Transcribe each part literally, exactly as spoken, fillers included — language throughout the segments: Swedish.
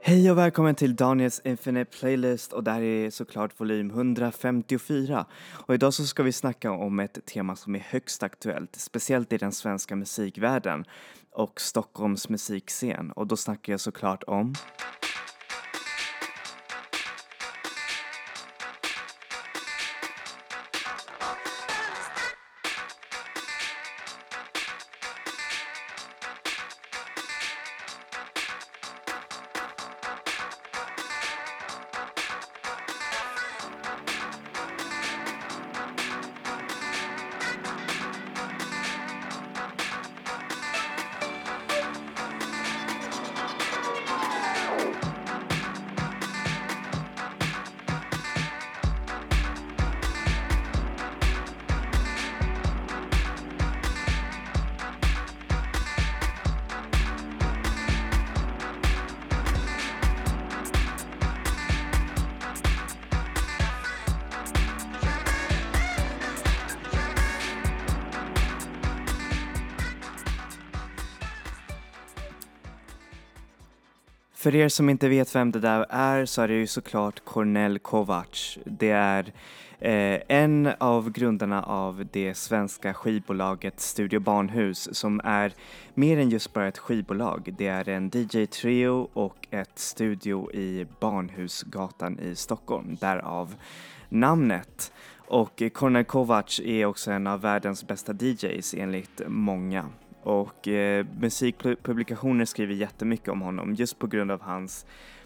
Hej och välkommen till Daniels Infinite Playlist, och det här är såklart volym hundrafemtiofyra. Och idag så ska vi snacka om ett tema som är högst aktuellt, speciellt i den svenska musikvärlden och Stockholms musikscen. Och då snackar jag såklart om... För er som inte vet vem det där är så är det ju såklart Kornél Kovacs. Det är eh, en av grundarna av det svenska skivbolaget Studio Barnhus, som är mer än just bara ett skivbolag. Det är en D J-trio och ett studio i Barnhusgatan i Stockholm, därav namnet. Och Kornél Kovacs är också en av världens bästa D Js enligt många. Och eh, musikpublikationer skriver jättemycket om honom just på grund av hans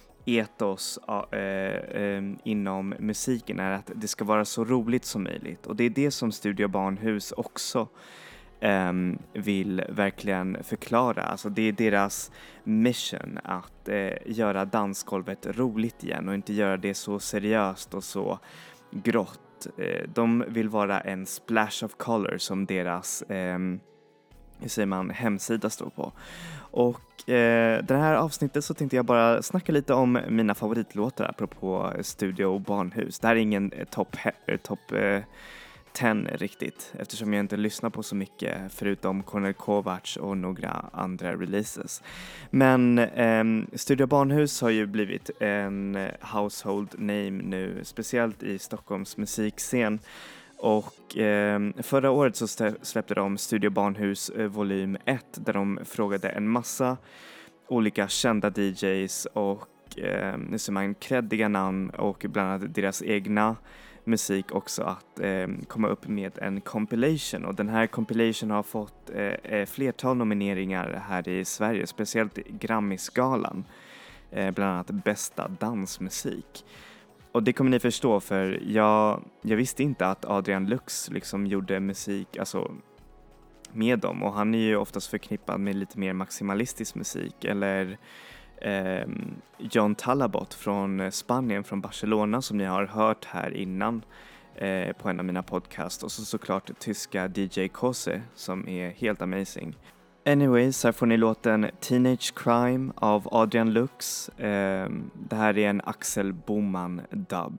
ethos eh, eh, inom musiken, är att det ska vara så roligt som möjligt. Och det är det som Studio Barnhus också eh, vill verkligen förklara. Alltså det är deras mission att eh, göra dansgolvet roligt igen och inte göra det så seriöst och så grått. Eh, de vill vara en splash of color som deras... Eh, hur säger man, hemsida står på. Och eh, det här avsnittet så tänkte jag bara snacka lite om mina favoritlåtar apropå Studio Barnhus. Det här är ingen eh, topp eh, top, eh, tio riktigt, eftersom jag inte lyssnar på så mycket förutom Kornél Kovacs och några andra releases. Men eh, Studio Barnhus har ju blivit en household name nu, speciellt i Stockholms musikscen. Och eh, förra året så släppte de Studio Barnhus eh, volym ett, där de frågade en massa olika kända D Js och eh, nu ser man kreddiga namn och bland annat deras egna musik också att eh, komma upp med en compilation. Och den här compilation har fått eh, flertal nomineringar här i Sverige, speciellt Grammisgalan, eh, bland annat bästa dansmusik. Och det kommer ni förstå, för jag, jag visste inte att Adrian Lux liksom gjorde musik alltså, med dem. Och han är ju oftast förknippad med lite mer maximalistisk musik. Eller eh, John Talabot från Spanien, från Barcelona, som ni har hört här innan eh, på en av mina podcasts. Och så såklart tyska D J Kose som är helt amazing. Anyways, här får ni låten Teenage Crime av Adrian Lux. Eh, det här är en Axel Boman dub.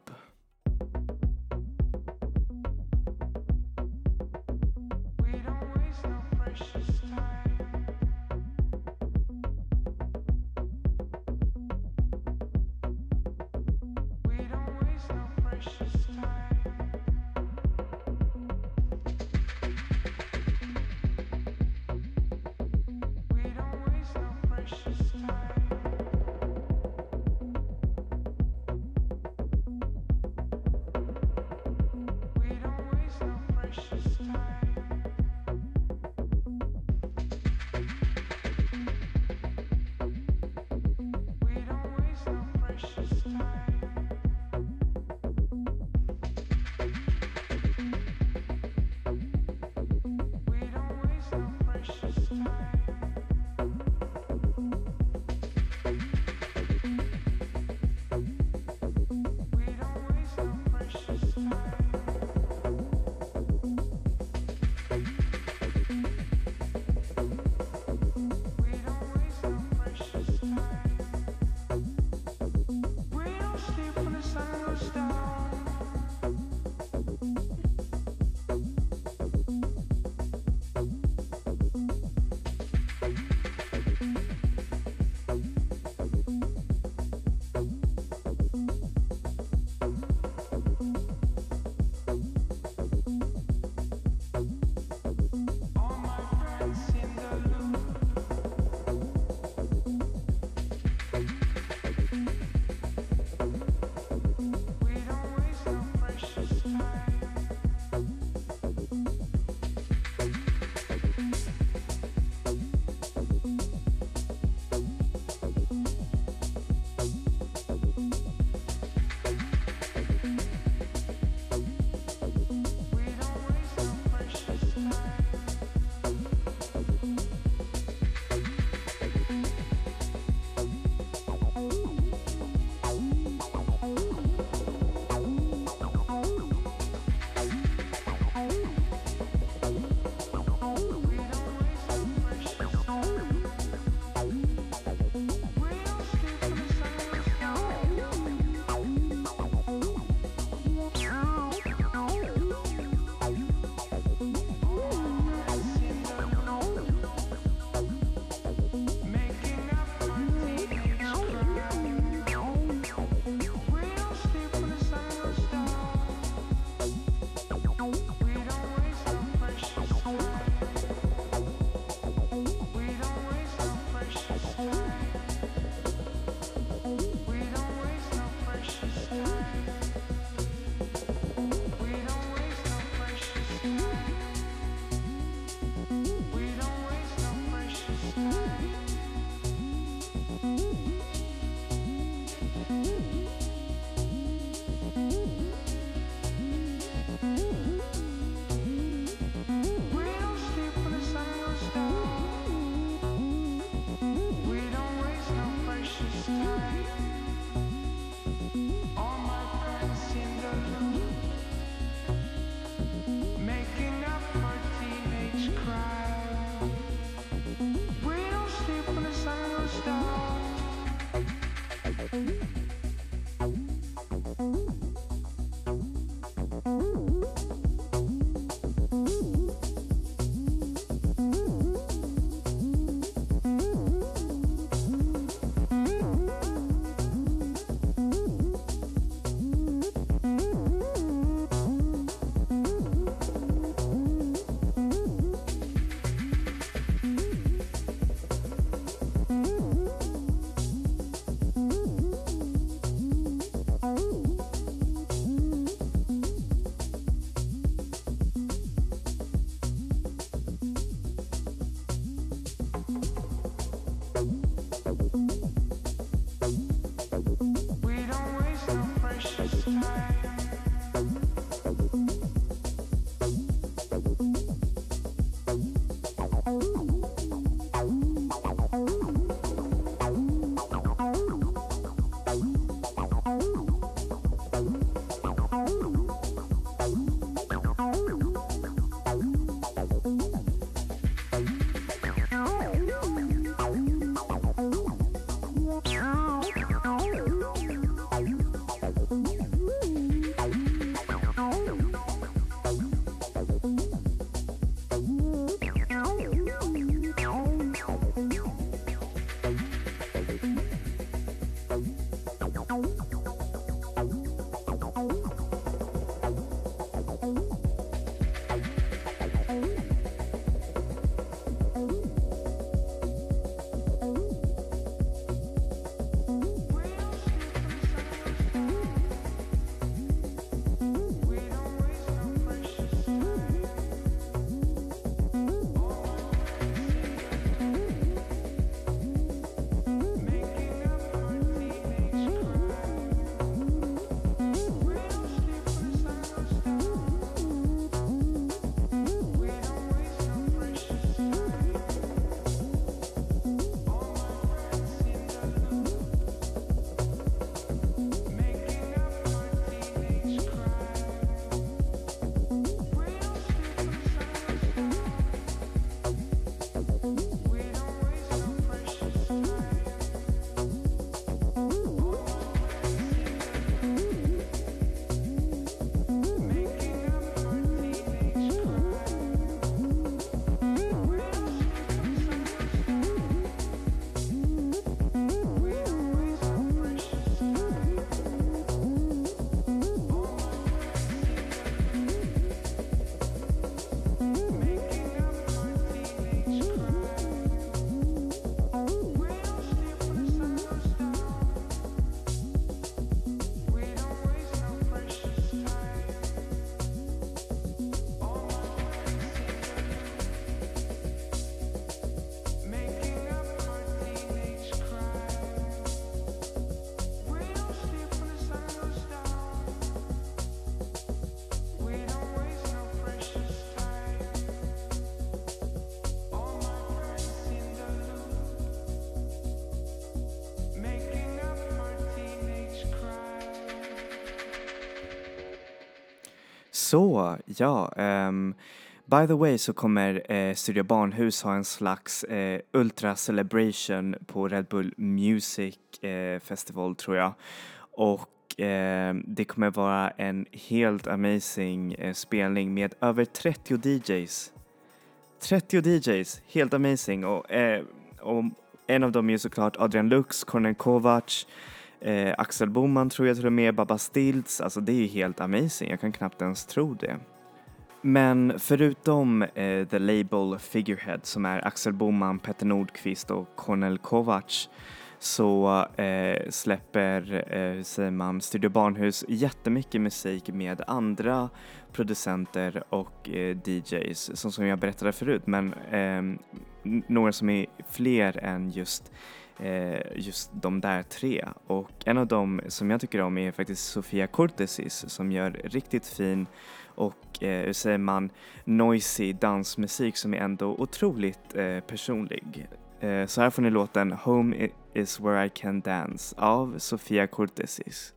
Så, ja. Um, by the way så kommer eh, Studio Barnhus ha en slags eh, Ultra Celebration på Red Bull Music eh, Festival tror jag. Och eh, det kommer vara en helt amazing eh, spelning med över trettio D Js. trettio D Js, helt amazing. Och, eh, och en av dem är såklart Adrian Lux, Kornél Kovacs, eh, Axel Boman tror jag till och med, Baba Stilts. Alltså det är ju helt amazing, jag kan knappt ens tro det. Men förutom eh, The Label Figurehead som är Axel Boman, Petter Nordqvist och Kornél Kovacs så eh, släpper, eh, hur säger man, Studio Barnhus jättemycket musik med andra producenter och eh, D Js som, som jag berättade förut, men eh, några som är fler än just eh, just de där tre. Och en av dem som jag tycker om är faktiskt Sofia Cortesis som gör riktigt fin och eh, hur säger man, noisy dansmusik som är ändå otroligt eh, personlig. Eh, så här får ni låten Home is where I can dance av Sofia Cortesis.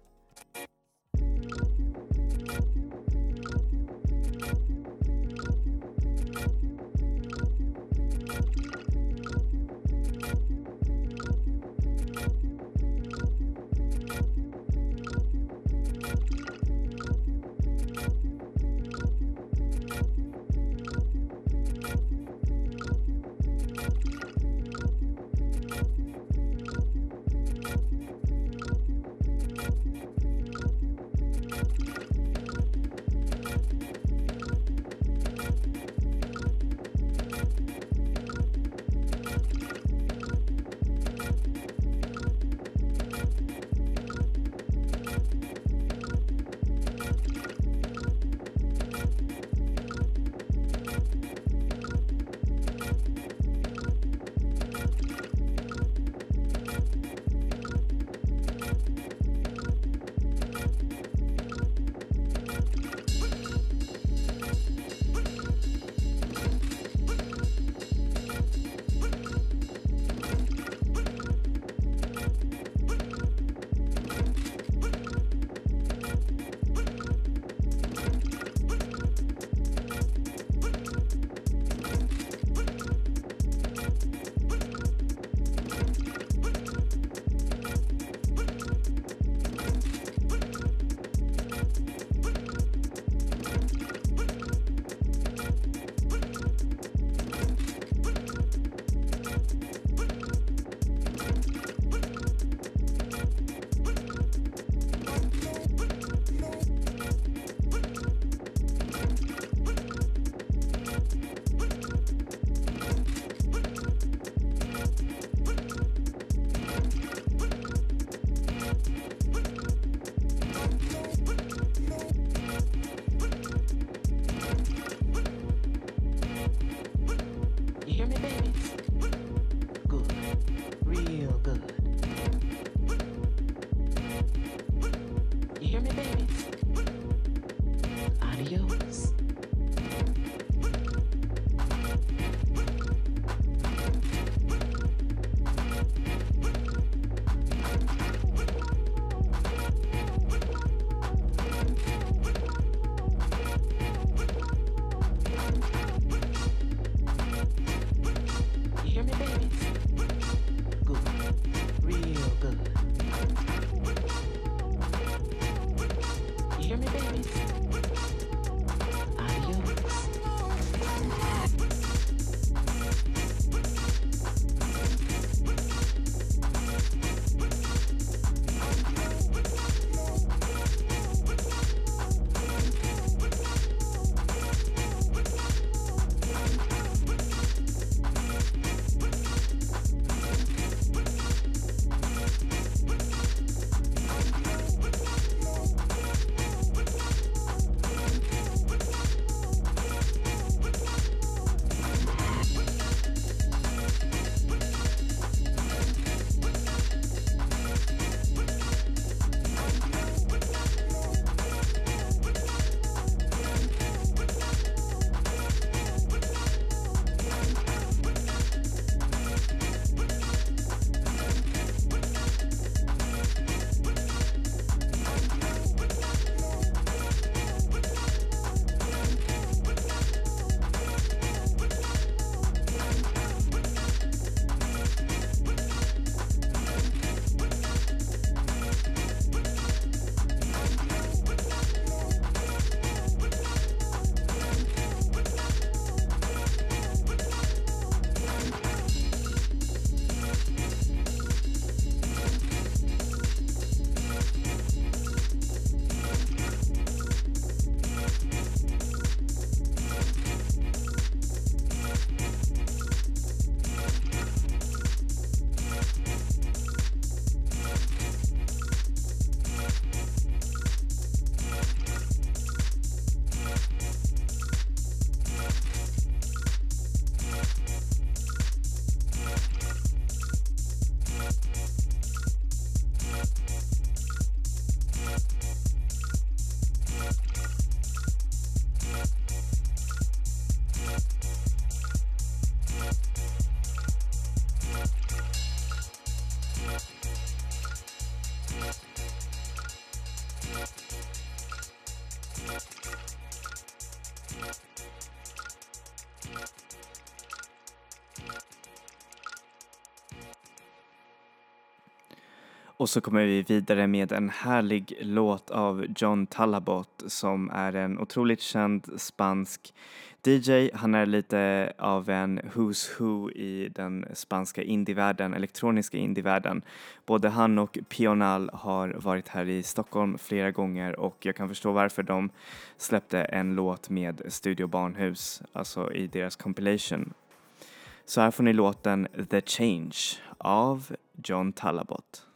Och så kommer vi vidare med en härlig låt av John Talabot som är en otroligt känd spansk D J. Han är lite av en who's who i den spanska indievärlden, elektroniska indievärlden. Både han och Pional har varit här i Stockholm flera gånger och jag kan förstå varför de släppte en låt med Studio Barnhus, alltså i deras compilation. Så här får ni låten The Change av John Talabot.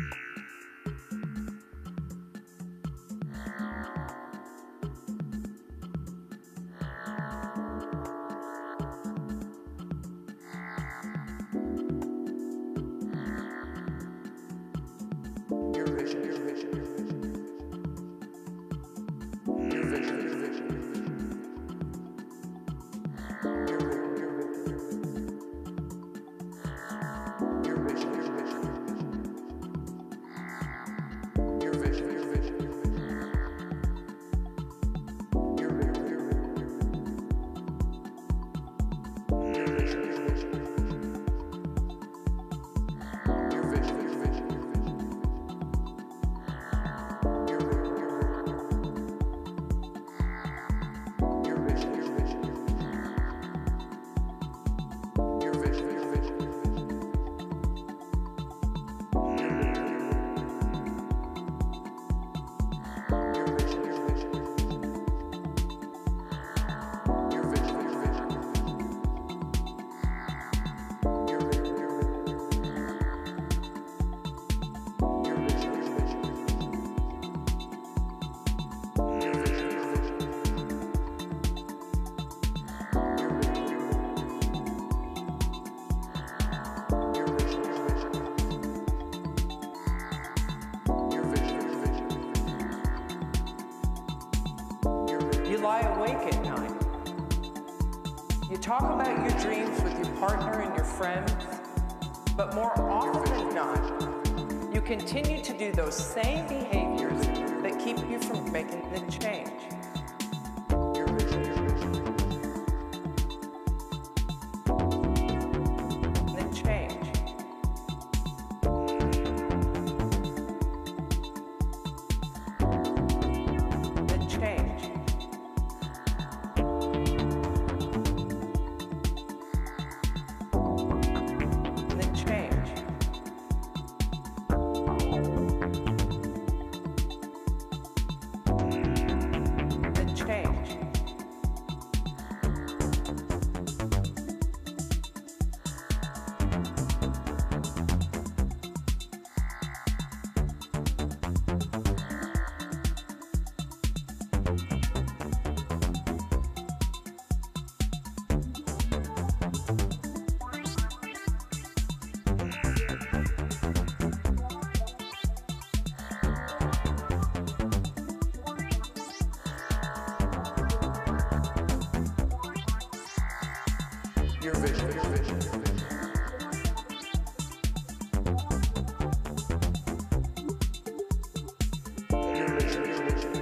Lie awake at night. You talk about your dreams with your partner and your friends, but more often than not, you continue to do those same behaviors that keep you from making the change. The change. The change. Your vision, your vision, your vision. Your vision, your vision.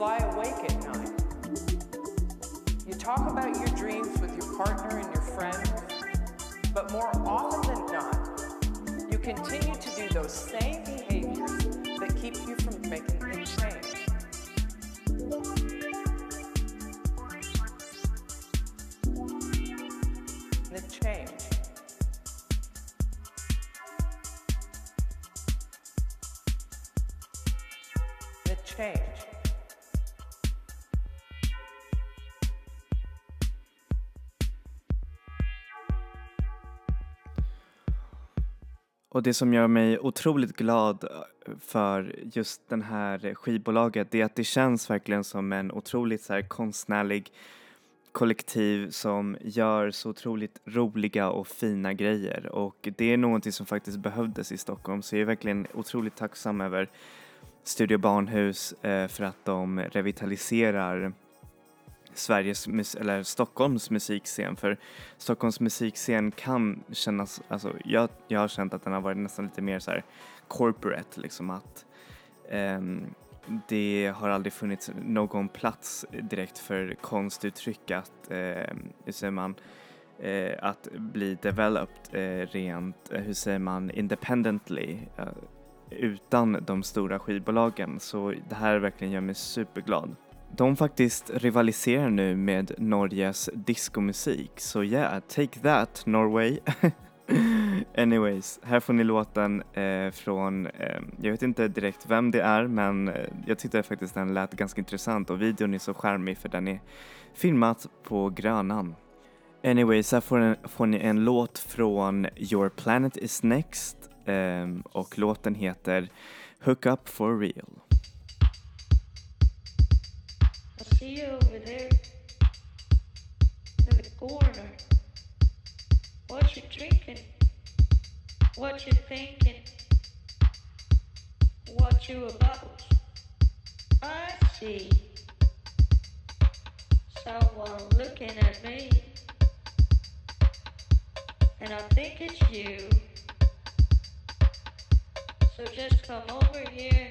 lie awake at night. You talk about your dreams with your partner and your friends, but more often than not, you continue to do those same behaviors that keep you from making the change. The change. The change. Och det som gör mig otroligt glad för just den här skivbolaget, det är att det känns verkligen som en otroligt så här konstnärlig kollektiv som gör så otroligt roliga och fina grejer. Och det är någonting som faktiskt behövdes i Stockholm, så jag är verkligen otroligt tacksam över Studio Barnhus eh, för att de revitaliserar Sveriges mus- eller Stockholms musikscen, för Stockholms musikscen kan kännas, alltså jag, jag har känt att den har varit nästan lite mer så här corporate, liksom att ehm, det har aldrig funnits någon plats direkt för konstuttryck att, eh, hur säger man, eh, att bli developed eh, rent, eh, hur säger man, independently eh, utan de stora skivbolagen. Så det här verkligen gör mig superglad. De faktiskt rivaliserar nu med Norges diskomusik. Så yeah, take that Norway. Anyways, här får ni låten eh, från, eh, jag vet inte direkt vem det är, men eh, jag tyckte faktiskt den lät ganska intressant och videon är så charmig för den är filmat på Grönan. Anyways, här får, en, får ni en låt från Your Planet Is Next eh, och låten heter Hook Up For Real. I see you over there in the corner. What you drinking? What you thinking? What you about? I see someone looking at me, and I think it's you. So just come over here.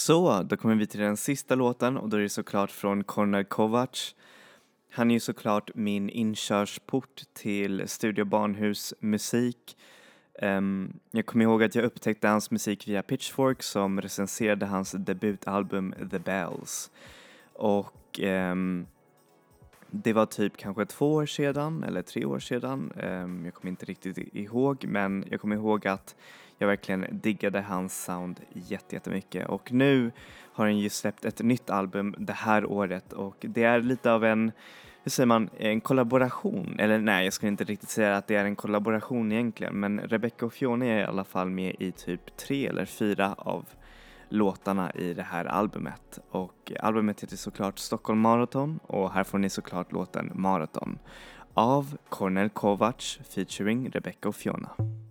Så, då kommer vi till den sista låten och då är det såklart från Kornél Kovács. Han är ju såklart min inkörsport till Studio Barnhus musik. Um, jag kommer ihåg att jag upptäckte hans musik via Pitchfork som recenserade hans debutalbum The Bells. Och um, det var typ kanske två år sedan eller tre år sedan. Um, jag kommer inte riktigt ihåg, men jag kommer ihåg att jag verkligen diggade hans sound jättemycket. Och nu har han ju släppt ett nytt album det här året och det är lite av en, hur säger man, en kollaboration. Eller nej, jag skulle inte riktigt säga att det är en kollaboration egentligen, men Rebecca och Fiona är i alla fall med i typ tre eller fyra av låtarna i det här albumet. Och albumet heter såklart Stockholm Marathon och här får ni såklart låten Marathon av Kornél Kovács featuring Rebecca och Fiona.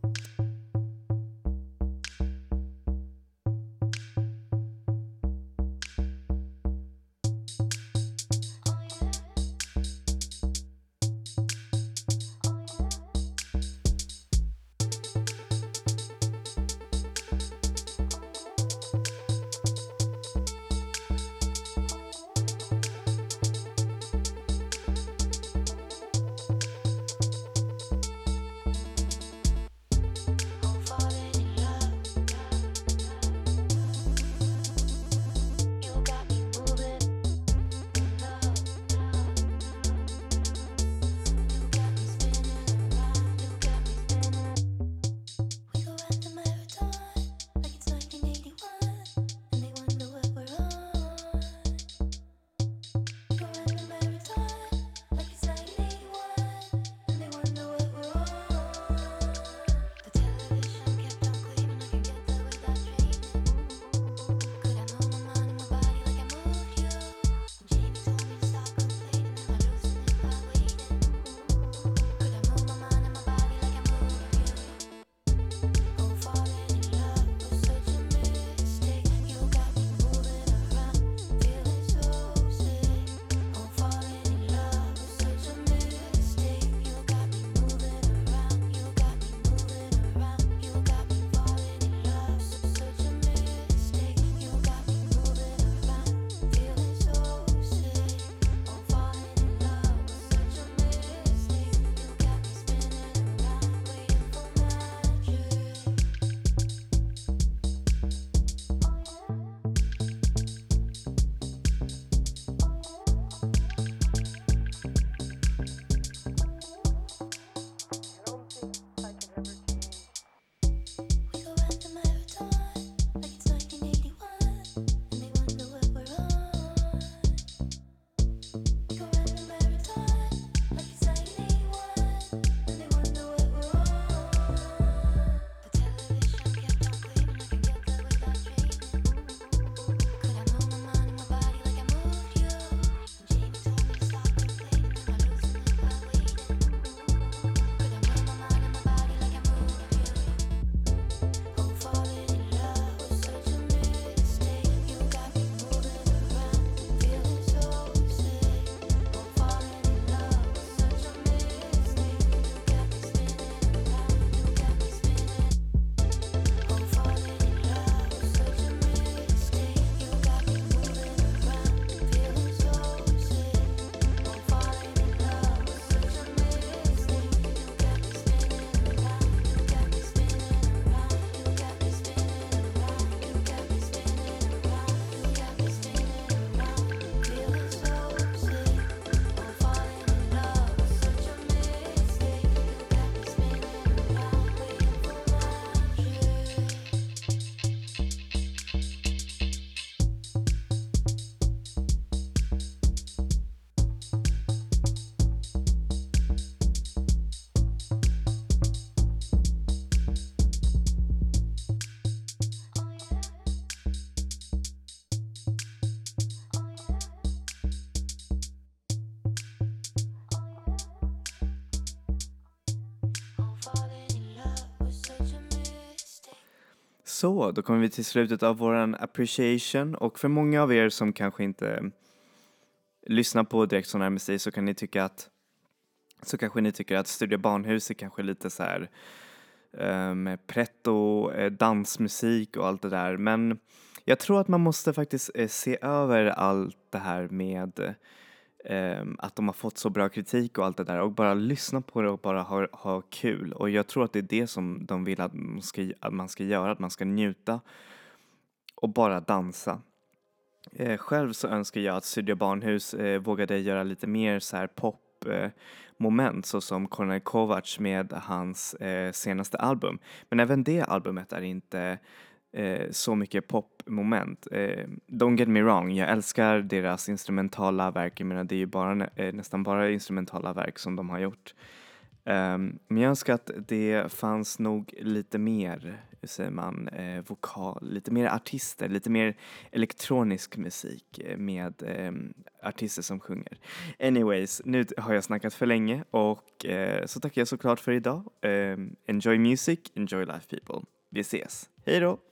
Så, då kommer vi till slutet av våran appreciation, och för många av er som kanske inte lyssnar på direkt sån här musik så kan ni tycka att så kanske ni tycker att Studio Barnhus är kanske lite så här um, pretto, dansmusik och allt det där, men Jag tror att man måste faktiskt eh, se över allt det här med eh, att de har fått så bra kritik och allt det där och bara lyssna på det och bara ha, ha kul. Och jag tror att det är det som de vill att man ska, att man ska göra, att man ska njuta och bara dansa. Eh, själv så önskar jag att Studio Barnhus eh, vågade göra lite mer så här pop eh, moment så som Kornél Kovacs med hans eh, senaste album. Men även det albumet är inte eh, så mycket popmoment. Eh, don't get me wrong, jag älskar deras instrumentala verk. Jag menar, det är ju bara, eh, nästan bara instrumentala verk som de har gjort. Um, men jag önskar att det fanns nog lite mer, hur säger man, eh, vokal, lite mer artister, lite mer elektronisk musik eh, med eh, artister som sjunger. Anyways, nu har jag snackat för länge och eh, så tackar jag såklart för idag. Um, enjoy music, enjoy life people. Vi ses. Hej då!